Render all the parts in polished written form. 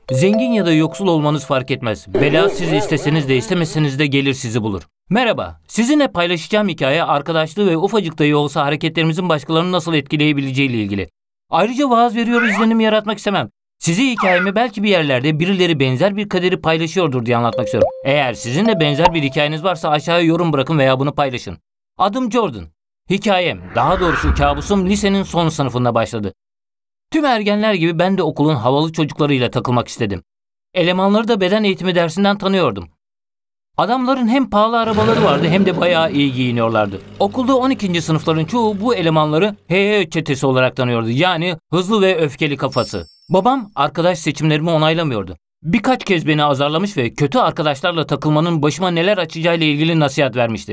Zengin ya da yoksul olmanız fark etmez. Bela siz isteseniz de istemeseniz de gelir sizi bulur. Merhaba, sizinle paylaşacağım hikaye arkadaşlığı ve ufacık dahi olsa hareketlerimizin başkalarını nasıl etkileyebileceği ile ilgili. Ayrıca vaaz veriyor izlenimi yaratmak istemem. Size hikayemi belki bir yerlerde birileri benzer bir kaderi paylaşıyordur diye anlatmak istiyorum. Eğer sizinle benzer bir hikayeniz varsa aşağıya yorum bırakın veya bunu paylaşın. Adım Jordan. Hikayem, daha doğrusu kabusum lisenin son sınıfında başladı. Tüm ergenler gibi ben de okulun havalı çocuklarıyla takılmak istedim. Elemanları da beden eğitimi dersinden tanıyordum. Adamların hem pahalı arabaları vardı hem de bayağı iyi giyiniyorlardı. Okulda 12. sınıfların çoğu bu elemanları HH çetesi olarak tanıyordu. Yani hızlı ve öfkeli kafası. Babam arkadaş seçimlerimi onaylamıyordu. Birkaç kez beni azarlamış ve kötü arkadaşlarla takılmanın başıma neler açacağıyla ilgili nasihat vermişti.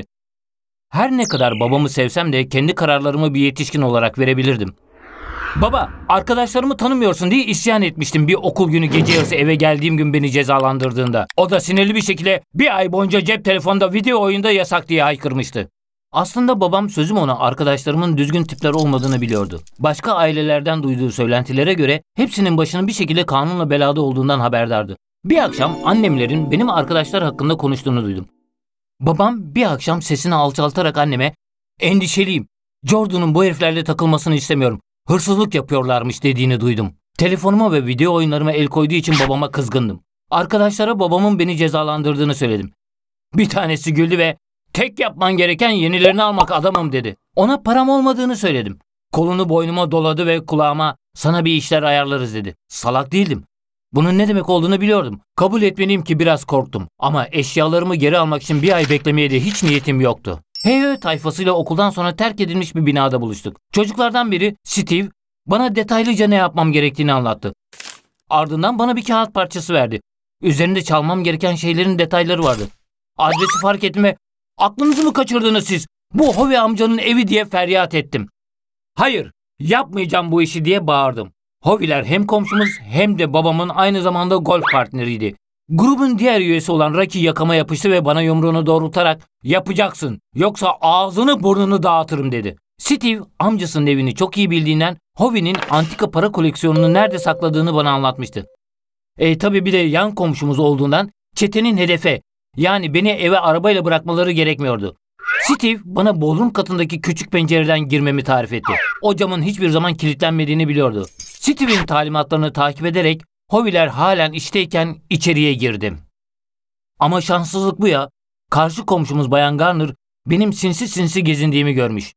Her ne kadar babamı sevsem de kendi kararlarımı bir yetişkin olarak verebilirdim. Baba, arkadaşlarımı tanımıyorsun diye isyan etmiştim bir okul günü gece yarısı eve geldiğim gün beni cezalandırdığında. O da sinirli bir şekilde bir ay boyunca cep telefonda video oyunda yasak diye haykırmıştı. Aslında babam sözüm ona arkadaşlarımın düzgün tipler olmadığını biliyordu. Başka ailelerden duyduğu söylentilere göre hepsinin başının bir şekilde kanunla belada olduğundan haberdardı. Bir akşam annemlerin benim arkadaşlar hakkında konuştuğunu duydum. Babam bir akşam sesini alçaltarak anneme "Endişeliyim. Jordan'ın bu heriflerle takılmasını istemiyorum. Hırsızlık yapıyorlarmış" dediğini duydum. Telefonuma ve video oyunlarıma el koyduğu için babama kızgındım. Arkadaşlara babamın beni cezalandırdığını söyledim. Bir tanesi güldü ve "Tek yapman gereken yenilerini almak adamım" dedi. Ona param olmadığını söyledim. Kolunu boynuma doladı ve kulağıma "Sana bir işler ayarlarız" dedi. Salak değildim. Bunun ne demek olduğunu biliyordum. Kabul etmeliyim ki biraz korktum. Ama eşyalarımı geri almak için bir ay beklemeye de hiç niyetim yoktu. HÖ tayfasıyla okuldan sonra terk edilmiş bir binada buluştuk. Çocuklardan biri Steve bana detaylıca ne yapmam gerektiğini anlattı. Ardından bana bir kağıt parçası verdi. Üzerinde çalmam gereken şeylerin detayları vardı. Adresi fark ettim ve "Aklınızı mı kaçırdınız siz? Bu Howie amcanın evi" diye feryat ettim. "Hayır, yapmayacağım bu işi" diye bağırdım. Hovey'ler hem komşumuz hem de babamın aynı zamanda golf partneriydi. Grubun diğer üyesi olan Rocky yakama yapıştı ve bana yumruğunu doğrultarak "Yapacaksın, yoksa ağzını burnunu dağıtırım" dedi. Steve amcasının evini çok iyi bildiğinden Hovey'nin antika para koleksiyonunu nerede sakladığını bana anlatmıştı. Tabii bir de yan komşumuz olduğundan çetenin hedefe, yani beni eve arabayla bırakmaları gerekmiyordu. Steve bana bodrum katındaki küçük pencereden girmemi tarif etti. O camın hiçbir zaman kilitlenmediğini biliyordu. Steve'in talimatlarını takip ederek Hovey'ler halen işteyken içeriye girdim. Ama şanssızlık bu ya. Karşı komşumuz Bayan Garner benim sinsi sinsi gezindiğimi görmüş.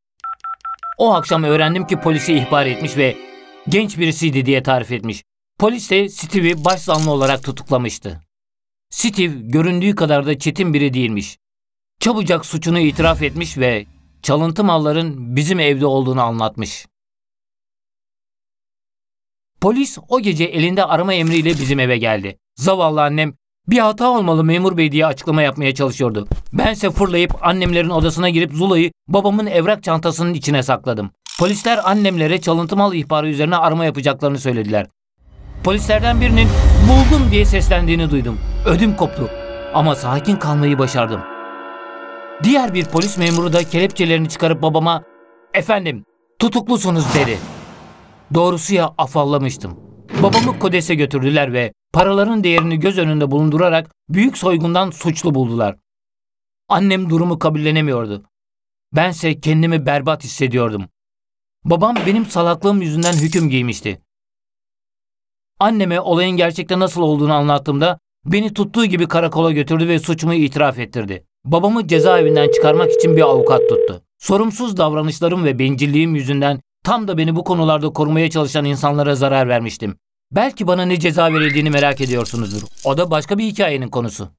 O akşam öğrendim ki polisi ihbar etmiş ve genç birisiydi diye tarif etmiş. Polis de Steve'i başsağlığı olarak tutuklamıştı. Steve göründüğü kadar da çetin biri değilmiş. Çabucak suçunu itiraf etmiş ve çalıntı malların bizim evde olduğunu anlatmış. Polis o gece elinde arama emriyle bizim eve geldi. Zavallı annem "Bir hata olmalı memur bey" diye açıklama yapmaya çalışıyordu. Bense fırlayıp annemlerin odasına girip Zula'yı babamın evrak çantasının içine sakladım. Polisler annemlere çalıntı mal ihbarı üzerine arama yapacaklarını söylediler. Polislerden birinin "Buldum" diye seslendiğini duydum. Ödüm koptu ama sakin kalmayı başardım. Diğer bir polis memuru da kelepçelerini çıkarıp babama "Efendim, tutuklusunuz" dedi. Doğrusu ya afallamıştım. Babamı Kodes'e götürdüler ve paraların değerini göz önünde bulundurarak büyük soygundan suçlu buldular. Annem durumu kabullenemiyordu. Bense kendimi berbat hissediyordum. Babam benim salaklığım yüzünden hüküm giymişti. Anneme olayın gerçekte nasıl olduğunu anlattığımda beni tuttuğu gibi karakola götürdü ve suçumu itiraf ettirdi. Babamı cezaevinden çıkarmak için bir avukat tuttu. Sorumsuz davranışlarım ve bencilliğim yüzünden tam da beni bu konularda korumaya çalışan insanlara zarar vermiştim. Belki bana ne ceza verildiğini merak ediyorsunuzdur. O da başka bir hikayenin konusu.